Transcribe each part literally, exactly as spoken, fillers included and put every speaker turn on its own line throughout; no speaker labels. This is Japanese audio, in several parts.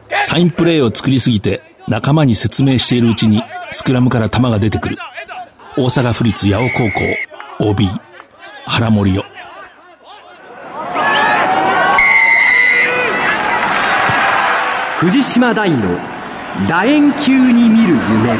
サインプレーを作りすぎて仲間に説明しているうちにスクラムから球が出てくる。大阪府立八尾高校 オービー 原森よ。
藤島大の楕円球に見る夢。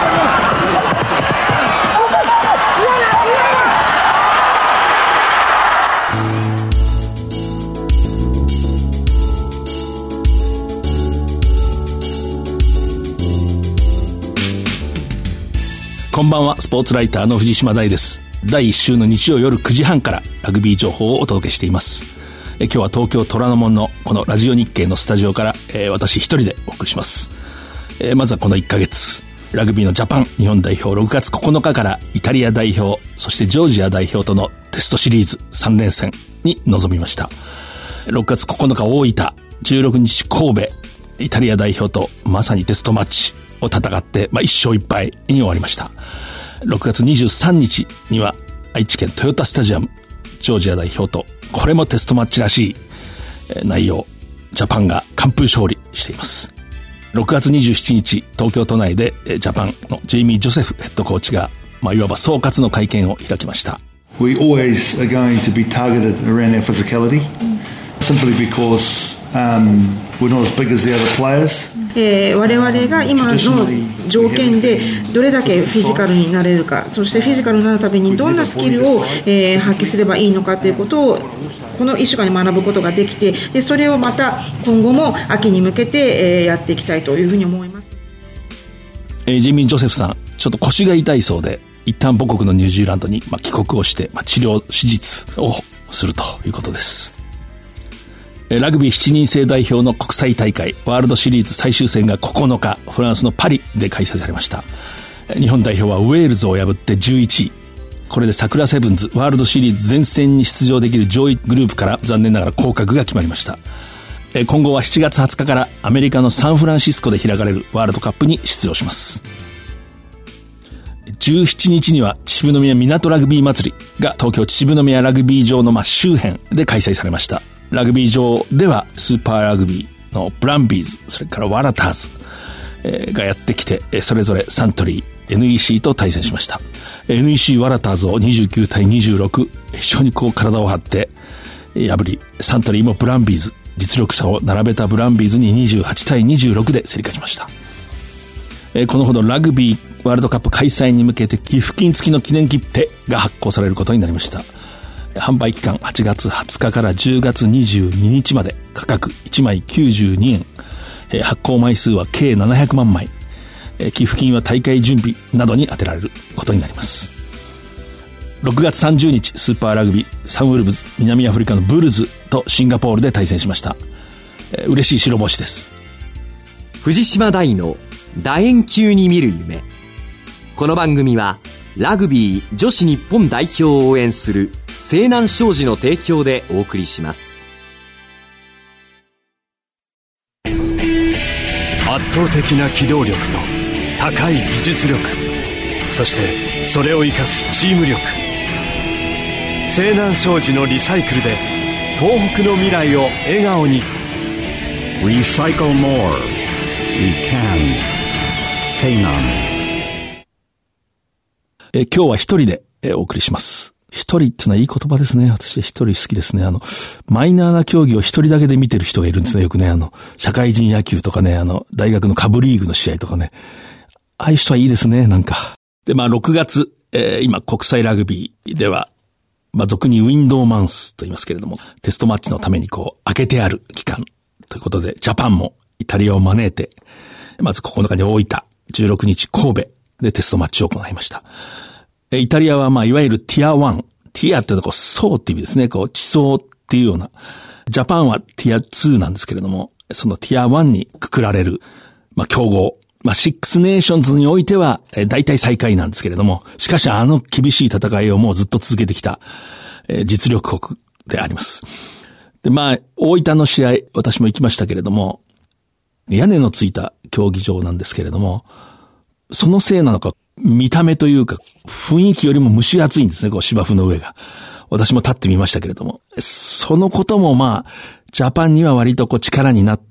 こんばんは、スポーツライターの藤島大です。だいいっ週の日曜夜くじはんからラグビー情報をお届けしています。え今日は東京虎ノ門のこのラジオ日経のスタジオから、えー、私一人でお送りします。えー、まずはこのいっかげつラグビーのジャパン日本代表ろくがつここのかからイタリア代表そしてジョージア代表とのテストシリーズさんれんせんに臨みました。ろくがつここのか大分、じゅうろくにち神戸、イタリア代表とまさにテストマッチを戦って、まあ、いっしょういっぱいに終わりました。ろくがつにじゅうさんにちには愛知県豊田スタジアム、ジョージア代表とこれもテストマッチらしい内容、ジャパンが完封勝利しています。ろくがつにじゅうしちにち東京都内でジャパンのジェイミー・ジョセフヘッドコーチが、まあ、いわば総括の会見を開きました。
We always are going to be targeted around our physicality simply because um, we're not as big as the other players.
えー、我々が今の条件でどれだけフィジカルになれるか、そしてフィジカルになるためにどんなスキルを、えー、発揮すればいいのかということをこのいっしゅうかんで学ぶことができて、でそれをまた今後も秋に向けて、えー、やっていきたいというふうに思います。
えー、ジェイミー・ジョセフさん、ちょっと腰が痛いそうで一旦母国のニュージーランドに、まあ、帰国をして、まあ、治療手術をするということです。ラグビーしちにん制代表の国際大会ワールドシリーズ最終戦がここのかフランスのパリで開催されました。日本代表はウェールズを破ってじゅういちい、これで桜セブンズワールドシリーズ全戦に出場できる上位グループから残念ながら降格が決まりました。今後はしちがつはつかからアメリカのサンフランシスコで開かれるワールドカップに出場します。じゅうしちにちには秩父宮港ラグビー祭りが東京秩父宮ラグビー場の真周辺で開催されました。ラグビー場ではスーパーラグビーのブランビーズ、それからワラターズ、えー、がやってきて、それぞれサントリー エヌイーシー と対戦しました。 エヌイーシー ワラターズをにじゅうきゅうたいにじゅうろく非常にこう体を張って破り、サントリーもブランビーズ実力差を並べたブランビーズににじゅうはちたいにじゅうろくで競り勝ちました。えー、このほどラグビーワールドカップ開催に向けて寄付金付きの記念切手が発行されることになりました。販売期間はちがつはつかからじゅうがつにじゅうににちまで、価格いちまいきゅうじゅうにえん、えー、発行枚数は計ななひゃくまんまい、えー、寄付金は大会準備などに充てられることになります。ろくがつさんじゅうにちスーパーラグビーサンウルブズ南アフリカのブルズとシンガポールで対戦しました。えー、嬉しい白星です。
藤島大の楕円球に見る夢。この番組はラグビー女子日本代表を応援する西南商事の提供でお送りします。
圧倒的な機動力と高い技術力、そしてそれを生かすチーム力。西南商事のリサイクルで東北の未来を笑顔に。
Recycle more. We can. 西南。
え今日は一人でお送りします。一人ってのはいい言葉ですね。私は一人好きですね。あの、マイナーな競技を一人だけで見てる人がいるんですね。よくね、あの、社会人野球とかね、あの、大学の下部リーグの試合とかね。ああいう人はいいですね、なんか。で、まあ、ろくがつ、えー、今、国際ラグビーでは、まあ、俗にウィンドウマンスと言いますけれども、テストマッチのためにこう、開けてある期間ということで、ジャパンもイタリアを招いて、まずここのかに大分、じゅうろくにち神戸でテストマッチを行いました。イタリアはまあいわゆるティアワン、ティアっていうのはこう層っていう意味ですね。こう地層っていうような。ジャパンはティアツーなんですけれども、そのティアワンにくくられる、まあ強豪。まあシックスネーションズにおいては大体最下位なんですけれども、しかしあの厳しい戦いをもうずっと続けてきた実力国であります。でまあ大分の試合、私も行きましたけれども、屋根のついた競技場なんですけれども、そのせいなのか、見た目というか、雰囲気よりも蒸し暑いんですね、こう芝生の上が。私も立ってみましたけれども。そのこともまあ、ジャパンには割とこう力になって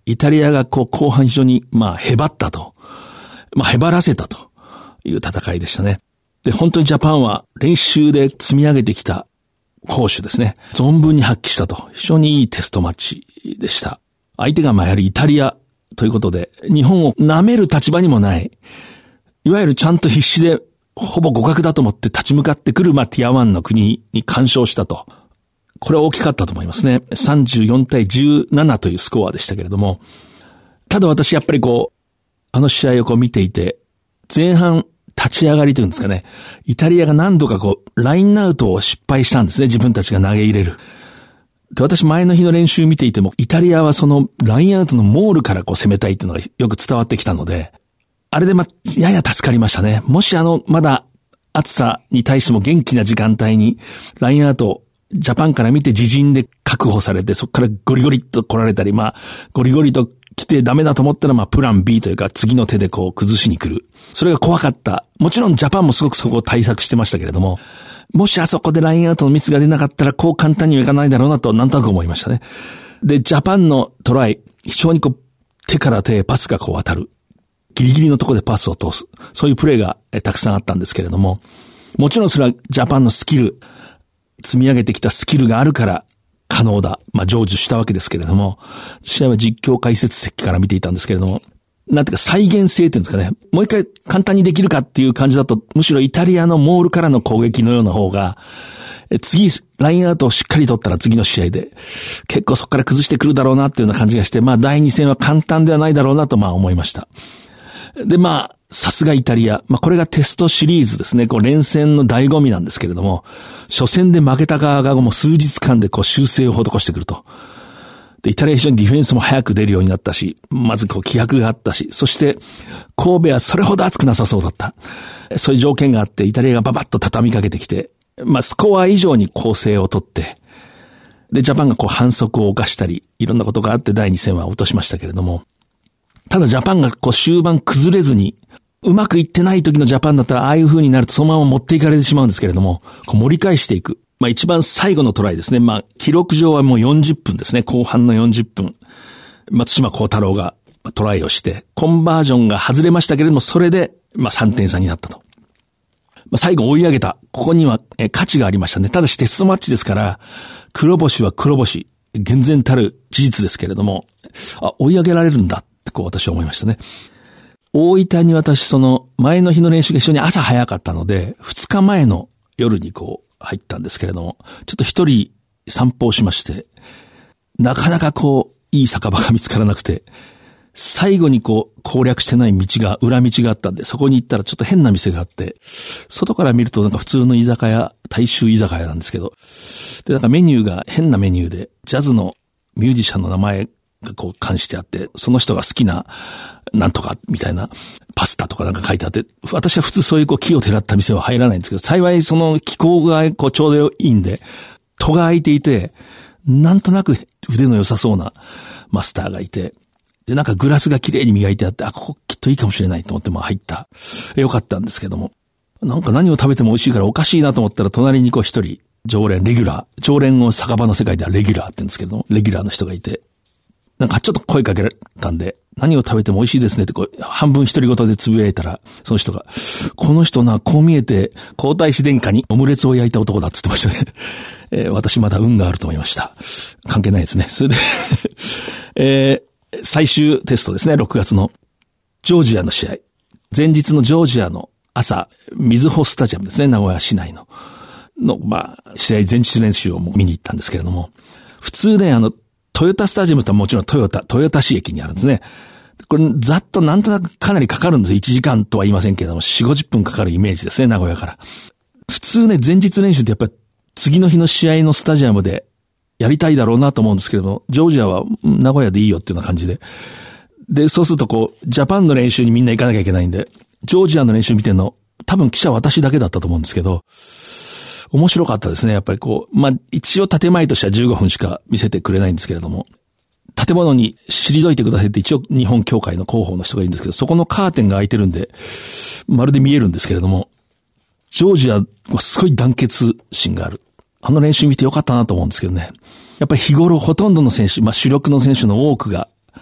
イタリアがこう後半非常にまあへばったと。まあへばらせたという戦いでしたね。で、本当にジャパンは練習で積み上げてきた攻守ですね。存分に発揮したと。非常にいいテストマッチでした。相手がまあやはりイタリアということで、日本を舐める立場にもない。いわゆるちゃんと必死でほぼ互角だと思って立ち向かってくるまあティアワンの国に干渉したと。これは大きかったと思いますね。さんじゅうよんたいじゅうななというスコアでしたけれども。ただ私やっぱりこう、あの試合をこう見ていて、前半立ち上がりというんですかね、イタリアが何度かこう、ラインアウトを失敗したんですね、自分たちが投げ入れる。で、私前の日の練習見ていても、イタリアはそのラインアウトのモールからこう攻めたいっていうのがよく伝わってきたので、あれでま、やや助かりましたね。もしあの、まだ暑さに対しても元気な時間帯に、ラインアウト、ジャパンから見て自陣で確保されて、そこからゴリゴリっと来られたり、まあ、ゴリゴリと来てダメだと思ったら、まあ、プラン B というか、次の手でこう崩しに来る。それが怖かった。もちろんジャパンもすごくそこを対策してましたけれども、もしあそこでラインアウトのミスが出なかったら、こう簡単にはいかないだろうなと、なんとなく思いましたね。で、ジャパンのトライ、非常にこう、手から手へパスがこう渡る。ギリギリのところでパスを通す。そういうプレーがたくさんあったんですけれども、もちろんそれはジャパンのスキル、積み上げてきたスキルがあるから可能だ。まあ、成就したわけですけれども、試合は実況解説席から見ていたんですけれども、なんていうか再現性っていうんですかね。もう一回簡単にできるかっていう感じだと、むしろイタリアのモールからの攻撃のような方が、次、ラインアウトをしっかり取ったら次の試合で、結構そこから崩してくるだろうなっていうような感じがして、まあ、第二戦は簡単ではないだろうなとまあ思いました。で、まあ、さすがイタリア。まあ、これがテストシリーズですね。こう、連戦の醍醐味なんですけれども、初戦で負けた側がもう数日間でこう、修正を施してくると。で、イタリア非常にディフェンスも早く出るようになったし、まずこう、気迫があったし、そして、神戸はそれほど熱くなさそうだった。そういう条件があって、イタリアがババッと畳みかけてきて、まあ、スコア以上に攻勢を取って、で、ジャパンがこう、反則を犯したり、いろんなことがあって第二戦は落としましたけれども、ただジャパンがこう終盤崩れずに、うまくいってない時のジャパンだったらああいう風になるとそのまま持っていかれてしまうんですけれども、こう盛り返していく。まあ一番最後のトライですね。まあ記録上はもうよんじゅっぷんですね。後半のよんじゅっぷん。松島幸太郎がトライをして、コンバージョンが外れましたけれども、それでまあさんてん差になったと。まあ最後追い上げた。ここには価値がありましたね。ただしテストマッチですから、黒星は黒星。厳然たる事実ですけれども、あ、追い上げられるんだってこう私は思いましたね。大分に私その前の日の練習が非常に朝早かったので、二日前の夜にこう入ったんですけれども、ちょっと一人散歩をしまして、なかなかこういい酒場が見つからなくて、最後にこう攻略してない道が、裏道があったんで、そこに行ったらちょっと変な店があって、外から見るとなんか普通の居酒屋、大衆居酒屋なんですけど、でなんかメニューが変なメニューで、ジャズのミュージシャンの名前がこう関してあって、その人が好きななんとかみたいなパスタとかなんか書いてあって、私は普通そういうこう木をてらった店は入らないんですけど、幸いその気候がこうちょうどいいんで、戸が開いていて、なんとなく腕の良さそうなマスターがいて、で、なんかグラスが綺麗に磨いてあって、あ、ここきっといいかもしれないと思っても入った。よかったんですけども。なんか何を食べても美味しいからおかしいなと思ったら、隣にこう一人、常連、レギュラー。常連を酒場の世界ではレギュラーって言うんですけども、レギュラーの人がいて、なんかちょっと声かけられたんで、何を食べても美味しいですねってこう、半分独り言でつぶやいたら、その人が、この人な、こう見えて、皇太子殿下にオムレツを焼いた男だって言ってましたね。えー、私まだ運があると思いました。関係ないですね。それで、えー、最終テストですね、ろくがつのジョージアの試合。前日のジョージアの朝、みずほスタジアムですね、名古屋市内の。の、まあ、試合前日練習を見に行ったんですけれども、普通ね、あの、トヨタスタジアムってもちろんトヨタ、トヨタ市駅にあるんですね。これ、ざっとなんとなくかなりかかるんです。いちじかんとは言いませんけれども、よん、ごじゅっぷんかかるイメージですね、名古屋から。普通ね、前日練習ってやっぱり次の日の試合のスタジアムでやりたいだろうなと思うんですけれども、ジョージアは名古屋でいいよっていうような感じで。で、そうするとこう、ジャパンの練習にみんな行かなきゃいけないんで、ジョージアの練習見てるの、多分記者は私だけだったと思うんですけど、面白かったですね。やっぱりこう、まあ、一応建前としてはじゅうごふんしか見せてくれないんですけれども、建物に退いてくださいって一応日本協会の広報の人がいるんですけど、そこのカーテンが開いてるんで、まるで見えるんですけれども、ジョージアはすごい団結心がある。あの練習見てよかったなと思うんですけどね。やっぱり日頃ほとんどの選手、まあ、主力の選手の多くが、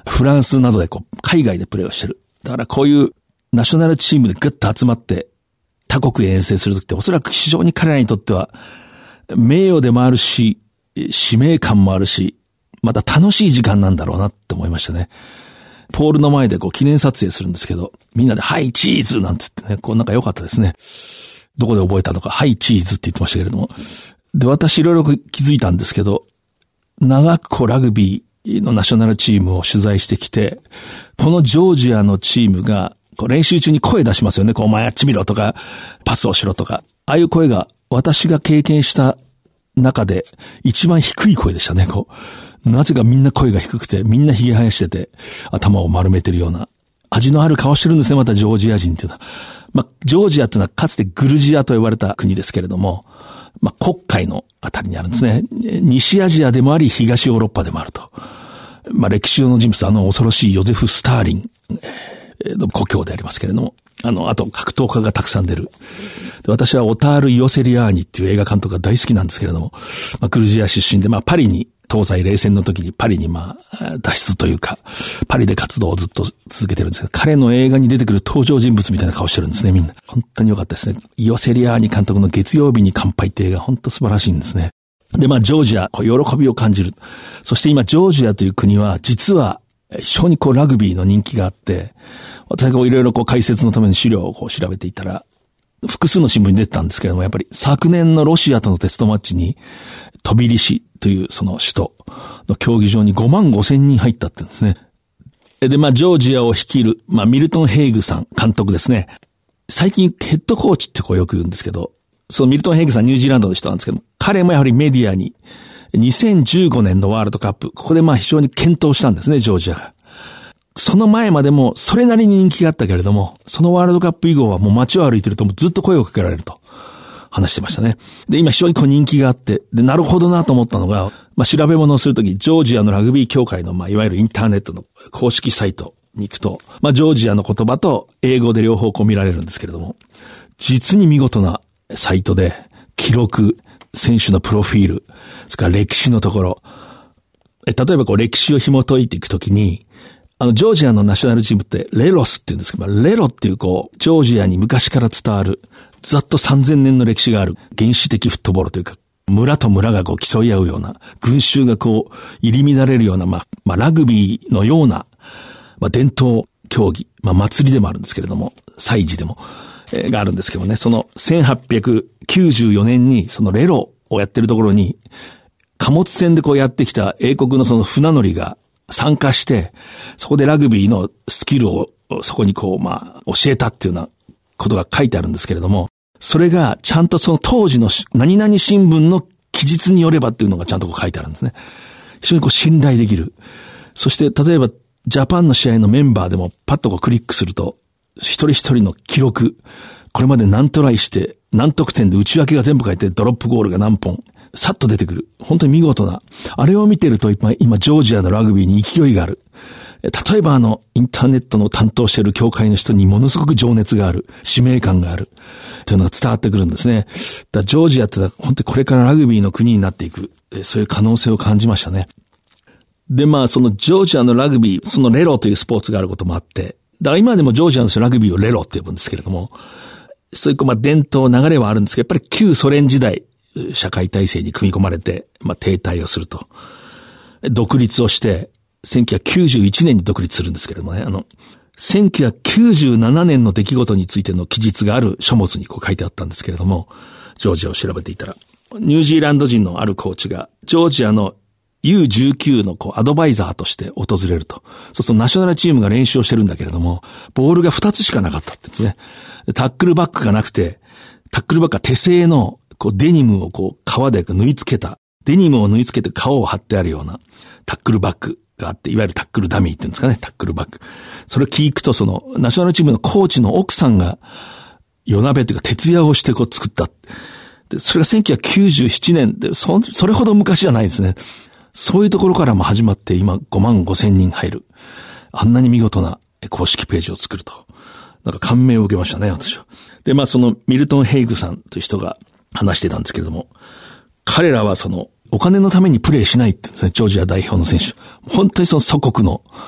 フランスなどでこう、海外でプレーをしてる。だからこういうナショナルチームでグッと集まって他国へ遠征するときっておそらく非常に彼らにとっては名誉でもあるし、使命感もあるし、また楽しい時間なんだろうなって思いましたね。ポールの前でこう記念撮影するんですけど、みんなではいチーズなんて言ってね、こうなんか良かったですね。どこで覚えたのか、はいチーズって言ってましたけれども。で、私いろいろ気づいたんですけど、長くこうラグビーのナショナルチームを取材してきて、このジョージアのチームがこう練習中に声出しますよね。こうお前あっち見ろとか、パスをしろとか。ああいう声が私が経験した中で一番低い声でしたね。こう、なぜかみんな声が低くて、みんな髭生やしてて、頭を丸めてるような、味のある顔してるんですね、またジョージア人っていうのは。まあ、ジョージアっていうのはかつてグルジアと呼ばれた国ですけれども、まあ、黒海のあたりにあるんですね。西アジアでもあり、東ヨーロッパでもあると。まあ、歴史上の人物、あの恐ろしいヨゼフ・スターリンの故郷でありますけれども、あの、あと格闘家がたくさん出る。で、私はオタール・イオセリアーニっていう映画監督が大好きなんですけれども、まあ、グルジア出身で、まあ、パリに、東西冷戦の時にパリにまあ、脱出というか、パリで活動をずっと続けてるんですけど、彼の映画に出てくる登場人物みたいな顔してるんですね、みんな。本当に良かったですね。イオセリアーニ監督の月曜日に乾杯って映画、本当素晴らしいんですね。で、まあ、ジョージア、こう、喜びを感じる。そして今、ジョージアという国は、実は、非常にこう、ラグビーの人気があって、私がこう、いろいろこう、解説のための資料をこう、調べていたら、複数の新聞に出てたんですけれども、やっぱり昨年のロシアとのテストマッチに、トビリシというその首都の競技場にごまんごせんにん入ったって言うんですね。で、まあ、ジョージアを率いる、まあ、ミルトン・ヘイグさん、監督ですね。最近ヘッドコーチってこうよく言うんですけど、そのミルトン・ヘイグさん、ニュージーランドの人なんですけど、彼もやはりメディアに、にせんじゅうごねんのワールドカップ、ここでまあ非常に健闘したんですね、ジョージアが。その前までもそれなりに人気があったけれども、そのワールドカップ以後はもう街を歩いてるともうずっと声をかけられると話してましたね。で、今非常にこう人気があって、で、なるほどなと思ったのが、まあ調べ物をするとき、ジョージアのラグビー協会のまあいわゆるインターネットの公式サイトに行くと、まあジョージアの言葉と英語で両方こう見られるんですけれども、実に見事なサイトで記録、選手のプロフィール、それから歴史のところ、え例えばこう歴史を紐解いていくときに、あの、ジョージアのナショナルチームってレロスって言うんですけど、レロっていうこう、ジョージアに昔から伝わる、ざっとさんぜんねんの歴史がある原始的フットボールというか、村と村がこう競い合うような、群衆がこう、入り乱れるような、まあ、まあ、ラグビーのような、まあ、伝統競技、まあ、祭りでもあるんですけれども、祭事でも、えー、があるんですけどね、そのせんはっぴゃくきゅうじゅうよねんに、そのレロをやってるところに、貨物船でこうやってきた英国のその船乗りが、参加して、そこでラグビーのスキルをそこにこう、まあ、教えたっていうようなことが書いてあるんですけれども、それがちゃんとその当時の何々新聞の記述によればっていうのがちゃんとこう書いてあるんですね。非常にこう信頼できる。そして例えばジャパンの試合のメンバーでもパッとこうクリックすると、一人一人の記録、これまで何トライして、何得点で内訳が全部書いてドロップゴールが何本、さっと出てくる。本当に見事な。あれを見てると今、今、ジョージアのラグビーに勢いがある。例えばあの、インターネットの担当している協会の人にものすごく情熱がある。使命感がある。というのが伝わってくるんですね。だジョージアってのは本当にこれからラグビーの国になっていく。そういう可能性を感じましたね。で、まあ、そのジョージアのラグビー、そのレロというスポーツがあることもあって、だから今でもジョージアの人ラグビーをレロって呼ぶんですけれども、そういうまあ伝統、流れはあるんですけど、やっぱり旧ソ連時代、社会体制に組み込まれて、まあ、停滞をすると。独立をして、せんきゅうひゃくきゅうじゅういちねんに独立するんですけれどもね、あの、せんきゅうひゃくきゅうじゅうななねんの出来事についての記述がある書物にこう書いてあったんですけれども、ジョージアを調べていたら、ニュージーランド人のあるコーチが、ジョージアの ユーじゅうきゅう のこうアドバイザーとして訪れると。そうするとナショナルチームが練習をしてるんだけれども、ボールがふたつしかなかったってですね。タックルバックがなくて、タックルバックは手製のこうデニムをこう革で縫い付けた、デニムを縫い付けて革を張ってあるようなタックルバッグがあって、いわゆるタックルダミーって言うんですかね、タックルバッグ。それを聞くとそのナショナルチームのコーチの奥さんが夜鍋というか徹夜をしてこう作った。でそれがせんきゅうひゃくきゅうじゅうななねんで、そ、それほど昔じゃないですね。そういうところからも始まって今ごまんごせんにん入る。あんなに見事な公式ページを作ると。なんか感銘を受けましたね、私は。で、まあそのミルトン・ヘイグさんという人が話してたんですけれども、彼らはそのお金のためにプレーしないって言うんですね、ジョージア代表の選手。本当にその祖国の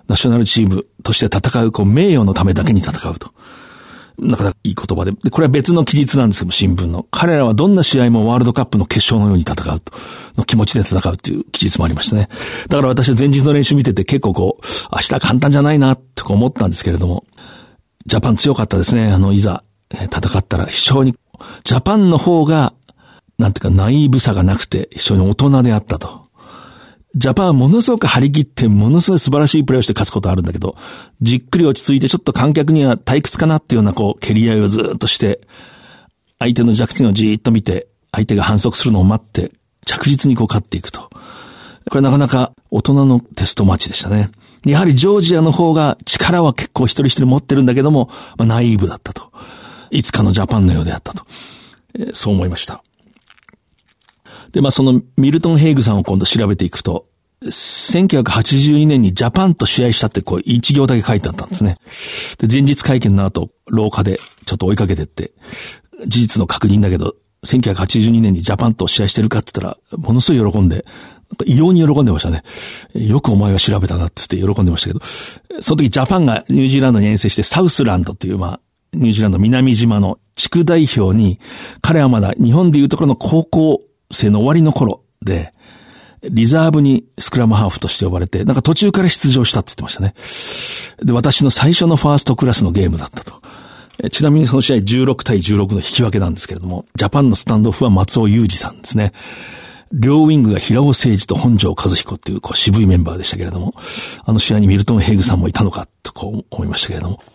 ナショナルチームとして戦う、こう、名誉のためだけに戦うと。なかなかいい言葉で。で、これは別の記述なんですけども、新聞の。彼らはどんな試合もワールドカップの決勝のように戦うと。の気持ちで戦うっていう記述もありましたね。だから私は前日の練習見てて結構こう、明日簡単じゃないなって思ったんですけれども、ジャパン強かったですね。あの、いざ、戦ったら非常に、ジャパンの方が、なんていうか、ナイーブさがなくて、非常に大人であったと。ジャパンはものすごく張り切って、ものすごい素晴らしいプレーをして勝つことあるんだけど、じっくり落ち着いてちょっと観客には退屈かなっていうようなこう、蹴り合いをずーっとして、相手の弱点をじーっと見て、相手が反則するのを待って、着実にこう勝っていくと。これなかなか大人のテストマッチでしたね。やはりジョージアの方が力は結構一人一人持ってるんだけども、まあ、ナイーブだったと。いつかのジャパンのようであったと。えー、そう思いました。で、まあ、そのミルトン・ヘイグさんを今度調べていくと、せんきゅうひゃくはちじゅうにねんにジャパンと試合したってこう一行だけ書いてあったんですね。で、前日会見の後、廊下でちょっと追いかけてって、事実の確認だけど、せんきゅうひゃくはちじゅうにねんにジャパンと試合してるかって言ったら、ものすごい喜んで、異様に喜んでましたね。よくお前は調べたなって言って喜んでましたけど、その時ジャパンがニュージーランドに遠征してサウスランドっていう、まあ、ニュージーランド南島の地区代表に、彼はまだ日本でいうところの高校生の終わりの頃で、リザーブにスクラムハーフとして呼ばれて、なんか途中から出場したって言ってましたね。で、私の最初のファーストクラスのゲームだったと。ちなみにその試合じゅうろくたいじゅうろくの引き分けなんですけれども、ジャパンのスタンドオフは松尾裕二さんですね。両ウィングが平尾誠二と本庄和彦っていうこう渋いメンバーでしたけれども、あの試合にミルトン・ヘイグさんもいたのかとこう思いましたけれども。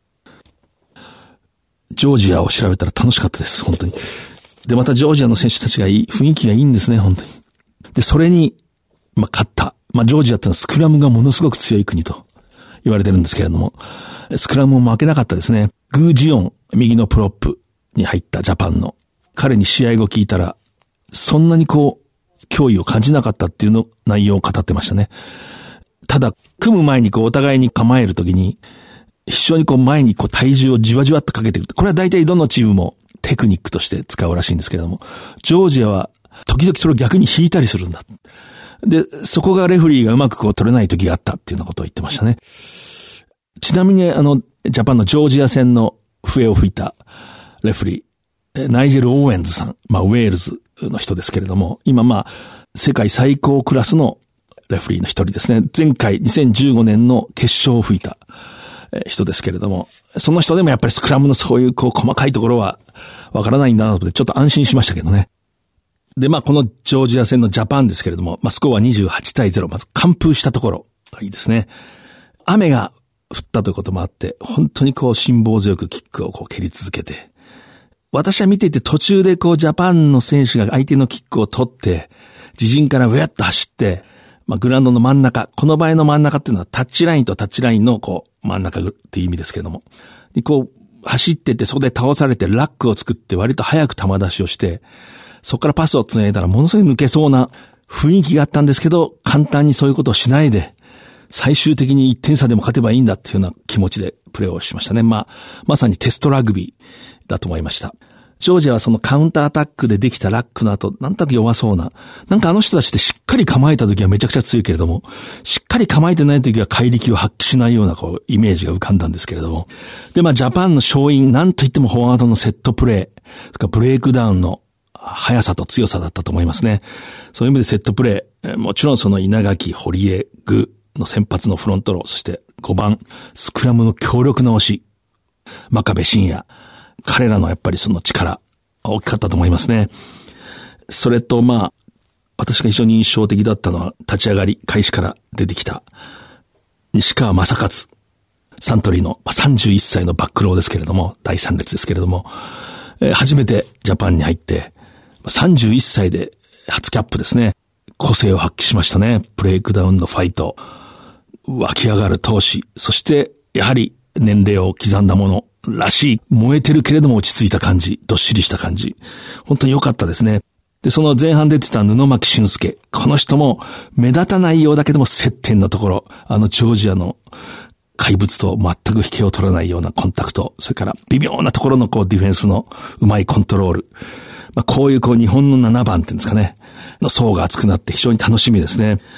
ジョージアを調べたら楽しかったです、本当に。で、またジョージアの選手たちがいい、雰囲気がいいんですね、本当に。で、それに、まあ、勝った。まあ、ジョージアってのはスクラムがものすごく強い国と言われてるんですけれども、スクラムも負けなかったですね。グージオン、右のプロップに入ったジャパンの。彼に試合後聞いたら、そんなにこう、脅威を感じなかったっていうの、内容を語ってましたね。ただ、組む前にこう、お互いに構えるときに、非常にこう、前にこう、体重をじわじわっとかけていく。これは大体どのチームもテクニックとして使うらしいんですけれども、ジョージアは、時々それを逆に引いたりするんだ。で、そこがレフェリーがうまくこう取れない時があったっていうようなことを言ってましたね。ちなみにあの、ジャパンのジョージア戦の笛を吹いたレフェリー、ナイジェル・オーエンズさん、まあウェールズの人ですけれども、今まあ、世界最高クラスのレフェリーの一人ですね。前回にせんじゅうごねんの決勝を吹いた人ですけれども、その人でもやっぱりスクラムのそういうこう細かいところはわからないんだなと思ってちょっと安心しましたけどね。で、まあ、このジョージア戦のジャパンですけれども、まあ、スコアはにじゅうはちたいゼロ。まず、完封したところがいいですね。雨が降ったということもあって、本当にこう、辛抱強くキックをこう蹴り続けて、私は見ていて途中でこう、ジャパンの選手が相手のキックを取って、自陣からウェッと走って、まあ、グラウンドの真ん中、この場合の真ん中っていうのはタッチラインとタッチラインのこう、真ん中っていう意味ですけれども、で、こう、走ってってそこで倒されてラックを作って割と早く球出しをして、そこからパスを繋いだらものすごい抜けそうな雰囲気があったんですけど、簡単にそういうことをしないで、最終的にいってん差でも勝てばいいんだっていうような気持ちでプレーをしましたね。まあ、まさにテストラグビーだと思いました。ジョージアはそのカウンターアタックでできたラックの後、なんとなく弱そうな。なんかあの人たちってしっかり構えた時はめちゃくちゃ強いけれども、しっかり構えてない時は怪力を発揮しないようなこう、イメージが浮かんだんですけれども。で、まあ、ジャパンの勝因、なんといってもフォワードのセットプレー、それからブレイクダウンの速さと強さだったと思いますね。そういう意味でセットプレー、もちろんその稲垣、堀江、具の先発のフロントロー、そしてごばん、スクラムの強力な押し、真壁真也、彼らのやっぱりその力、大きかったと思いますね。それとまあ、私が非常に印象的だったのは、立ち上がり、開始から出てきた、西川正和、サントリーのさんじゅういっさいのバックローですけれども、だいさん列ですけれども、初めてジャパンに入って、さんじゅういっさいで初キャップですね。個性を発揮しましたね。ブレイクダウンのファイト、湧き上がる闘志、そしてやはり年齢を刻んだものらしい、燃えてるけれども落ち着いた感じ、どっしりした感じ。本当に良かったですね。で、その前半出てた布巻俊介、この人も目立たないようだけども接点のところ、あのジョージアの怪物と全く引けを取らないようなコンタクト、それから微妙なところのこうディフェンスのうまいコントロール。まあ、こういうこう日本のななばんっていうんですかね、の層が厚くなって非常に楽しみですね。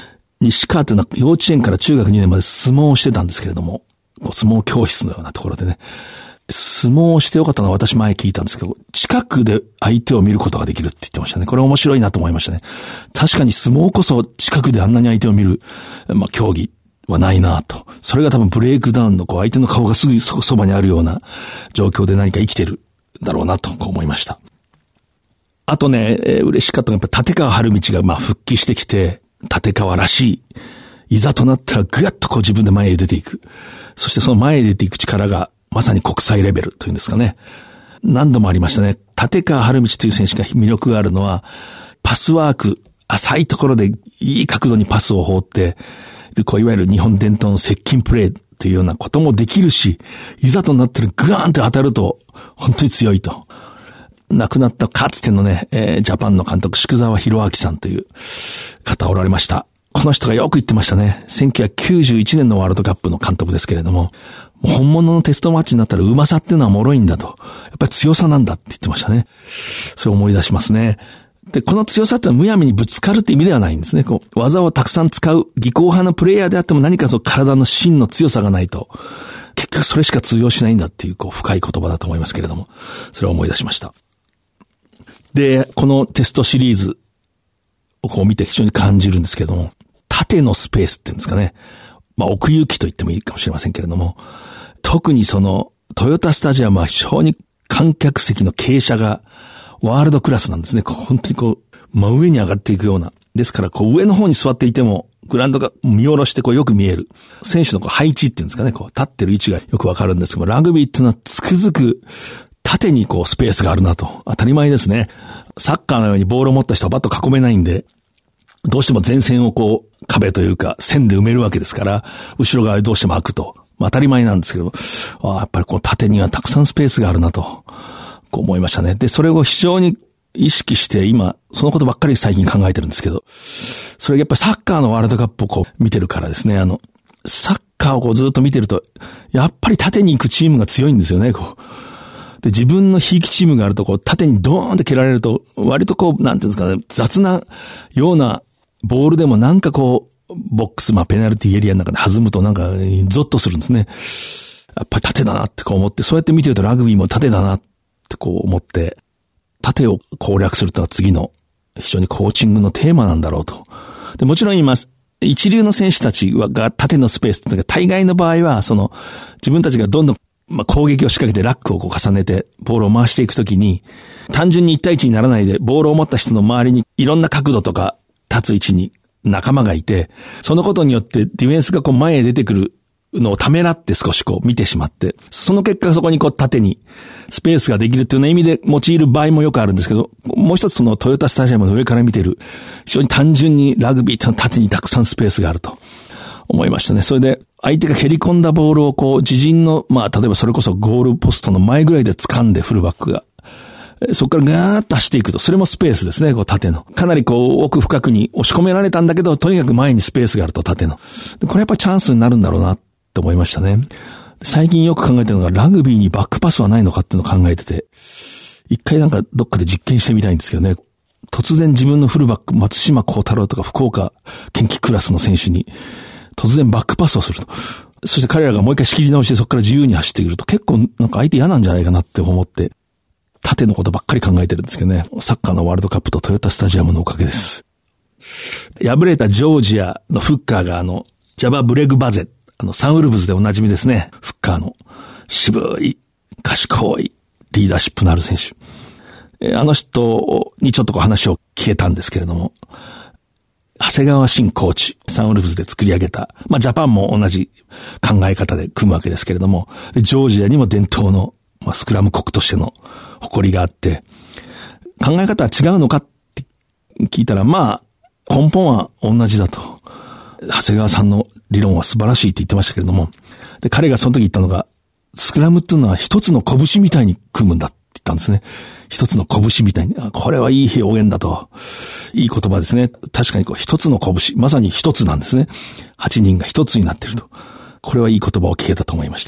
西川というのは幼稚園から中学にねんまで相撲をしてたんですけれども、こう相撲教室のようなところでね、相撲をしてよかったのは私前聞いたんですけど、近くで相手を見ることができるって言ってましたね。これ面白いなと思いましたね。確かに相撲こそ近くであんなに相手を見る、まあ、競技はないなと。それが多分ブレイクダウンのこう相手の顔がすぐそばにあるような状況で何か生きてるだろうなとこう思いました。あとね、えー、嬉しかったのがやっぱ立川春道がまあ復帰してきて、立川らしい、いざとなったらぐわっとこう自分で前へ出ていく。そしてその前へ出ていく力がまさに国際レベルというんですかね。何度もありましたね。立川春道という選手が魅力があるのは、パスワーク、浅いところでいい角度にパスを放って、こういわゆる日本伝統の接近プレーというようなこともできるし、いざとなったらグワーンと当たると本当に強いと。亡くなったかつてのね、えー、ジャパンの監督、宿沢博明さんという方おられました。この人がよく言ってましたね。せんきゅうひゃくきゅうじゅういちねんのワールドカップの監督ですけれども、本物のテストマッチになったらうまさっていうのは脆いんだと。やっぱり強さなんだって言ってましたね。それを思い出しますね。で、この強さってのはむやみにぶつかるって意味ではないんですね。こう、技をたくさん使う、技巧派のプレイヤーであっても何かその体の芯の強さがないと、結局それしか通用しないんだっていう、こう、深い言葉だと思いますけれども、それを思い出しました。で、このテストシリーズをこう見て非常に感じるんですけれども、縦のスペースっていうんですかね。まあ、奥行きと言ってもいいかもしれませんけれども、特にその、トヨタスタジアムは非常に観客席の傾斜がワールドクラスなんですね。こう本当にこう、真上に上がっていくような。ですから、こう上の方に座っていても、グラウンドが見下ろしてこうよく見える。選手のこう配置っていうんですかね。こう立ってる位置がよくわかるんですけども、ラグビーっていうのはつくづく縦にこうスペースがあるなと。当たり前ですね。サッカーのようにボールを持った人はバッと囲めないんで、どうしても前線をこう壁というか線で埋めるわけですから、後ろ側でどうしても開くと。まあ、当たり前なんですけど、あやっぱりこう縦にはたくさんスペースがあるなと、こう思いましたね。で、それを非常に意識して今、そのことばっかり最近考えてるんですけど、それやっぱりサッカーのワールドカップをこう見てるからですね、あの、サッカーをこうずっと見てると、やっぱり縦に行くチームが強いんですよね、こう。で、自分のひいきチームがあるとこう縦にドーンって蹴られると、割とこう、なんていうんですかね、雑なようなボールでもなんかこう、ボックス、まあ、ペナルティエリアの中で弾むとなんか、ゾッとするんですね。やっぱり縦だなってこう思って、そうやって見てるとラグビーも縦だなってこう思って、縦を攻略するというのは次の非常にコーチングのテーマなんだろうと。で、もちろん今、一流の選手たちが縦のスペースっていうのが大概の場合は、その、自分たちがどんどん、まあ、攻撃を仕掛けてラックをこう重ねて、ボールを回していくときに、単純に一対一にならないで、ボールを持った人の周りにいろんな角度とか立つ位置に仲間がいて、そのことによってディフェンスがこう前へ出てくるのをためらって少しこう見てしまって、その結果そこにこう縦にスペースができるというような意味で用いる場合もよくあるんですけど、もう一つそのトヨタスタジアムの上から見てる、非常に単純にラグビーってのは縦にたくさんスペースがあると思いましたね。それで相手が蹴り込んだボールをこう自陣の、まあ例えばそれこそゴールポストの前ぐらいで掴んでフルバックが、そこからガーッと走っていくと、それもスペースですね、こう縦の。かなりこう奥深くに押し込められたんだけど、とにかく前にスペースがあると縦の。でこれやっぱりチャンスになるんだろうなって思いましたね。最近よく考えてるのがラグビーにバックパスはないのかっていうのを考えてて、一回なんかどっかで実験してみたいんですけどね。突然自分のフルバック、松島幸太郎とか福岡堅樹クラスの選手に突然バックパスをすると。そして彼らがもう一回仕切り直してそこから自由に走ってくると結構なんか相手嫌なんじゃないかなって思って、縦のことばっかり考えてるんですけどね。サッカーのワールドカップとトヨタスタジアムのおかげです。敗れたジョージアのフッカーがあの、ジャバ・ブレグバゼ、あの、サンウルブズでおなじみですね。フッカーの渋い、賢い、リーダーシップのある選手。えー、あの人にちょっとこう話を聞けたんですけれども、長谷川慎コーチ、サンウルブズで作り上げた、まあジャパンも同じ考え方で組むわけですけれども、ジョージアにも伝統の、まあ、スクラム国としての誇りがあって、考え方は違うのかって聞いたら、まあ、根本は同じだと。長谷川さんの理論は素晴らしいって言ってましたけれども、で、彼がその時言ったのが、スクラムっていうのは一つの拳みたいに組むんだって言ったんですね。一つの拳みたいに。あ、これはいい表現だと。いい言葉ですね。確かにこう一つの拳、まさに一つなんですね。八人が一つになっていると。これはいい言葉を聞けたと思いました。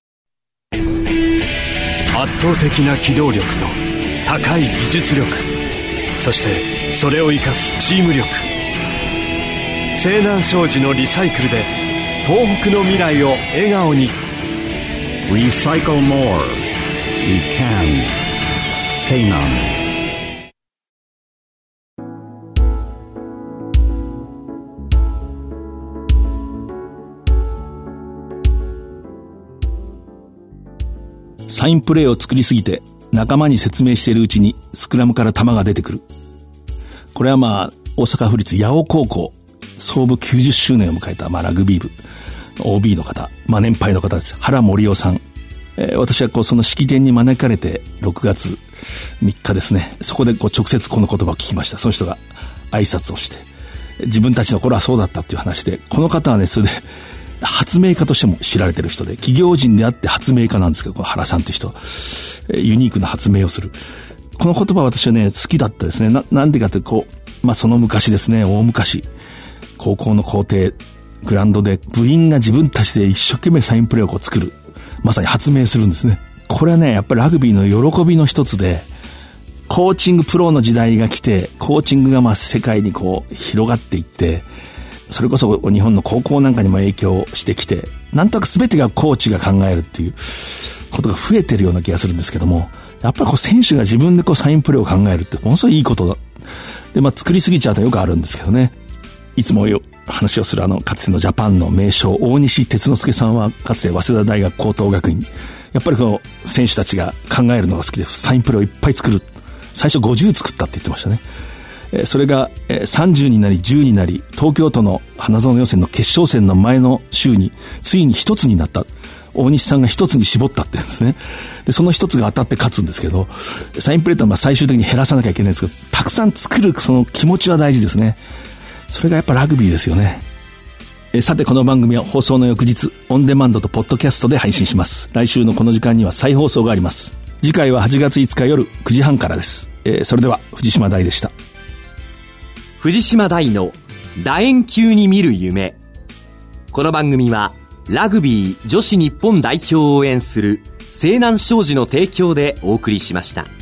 圧倒的な機動力と高い技術力、そしてそれを生かすチーム力。 西南商事のリサイクルで東北の未来を笑顔に。
Recycle more. We can. Seinan.
サインプレーを作りすぎて仲間に説明しているうちにスクラムから球が出てくる。これはまあ大阪府立八尾高校創部きゅうじゅっしゅうねんを迎えたまあラグビー部 オービー の方、まあ年配の方です。原森夫さん、えー、私はこうその式典に招かれてろくがつみっかですね、そこでこう直接この言葉を聞きました。その人が挨拶をして、自分たちの頃はそうだったっていう話で、この方はねそれで発明家としても知られてる人で、企業人であって発明家なんですけど、この原さんという人、ユニークな発明をする。この言葉は私はね好きだったですね。な、なんでかというと、こう、まあその昔ですね、大昔、高校の校庭、グラウンドで部員が自分たちで一生懸命サインプレーをこう作る。まさに発明するんですね。これはね、やっぱりラグビーの喜びの一つで、コーチングプロの時代が来て、コーチングがまあ世界にこう広がっていって、それこそ日本の高校なんかにも影響してきて、なんとなく全てがコーチが考えるっていうことが増えてるような気がするんですけども、やっぱりこう選手が自分でこうサインプレーを考えるってものすごいいいことだ。で、まあ作りすぎちゃうとよくあるんですけどね。いつもよ話をするあのかつてのジャパンの名将大西哲之助さんは、かつて早稲田大学高等学院、やっぱりこの選手たちが考えるのが好きでサインプレーをいっぱい作る。最初ごじゅう作ったって言ってましたね。それがさんじゅうになりじゅうになり、東京都の花園予選の決勝戦の前の週についに一つになった。大西さんが一つに絞ったって言うんですね。でその一つが当たって勝つんですけど、サインプレーってのは最終的に減らさなきゃいけないんですけど、たくさん作るその気持ちは大事ですね。それがやっぱラグビーですよね。えさて、この番組は放送の翌日オンデマンドとポッドキャストで配信します。来週のこの時間には再放送があります。次回ははちがついつか夜くじはんからです。えー、それでは藤島大でした。
藤島大の楕円球に見る夢。この番組はラグビー女子日本代表を応援する西南商事の提供でお送りしました。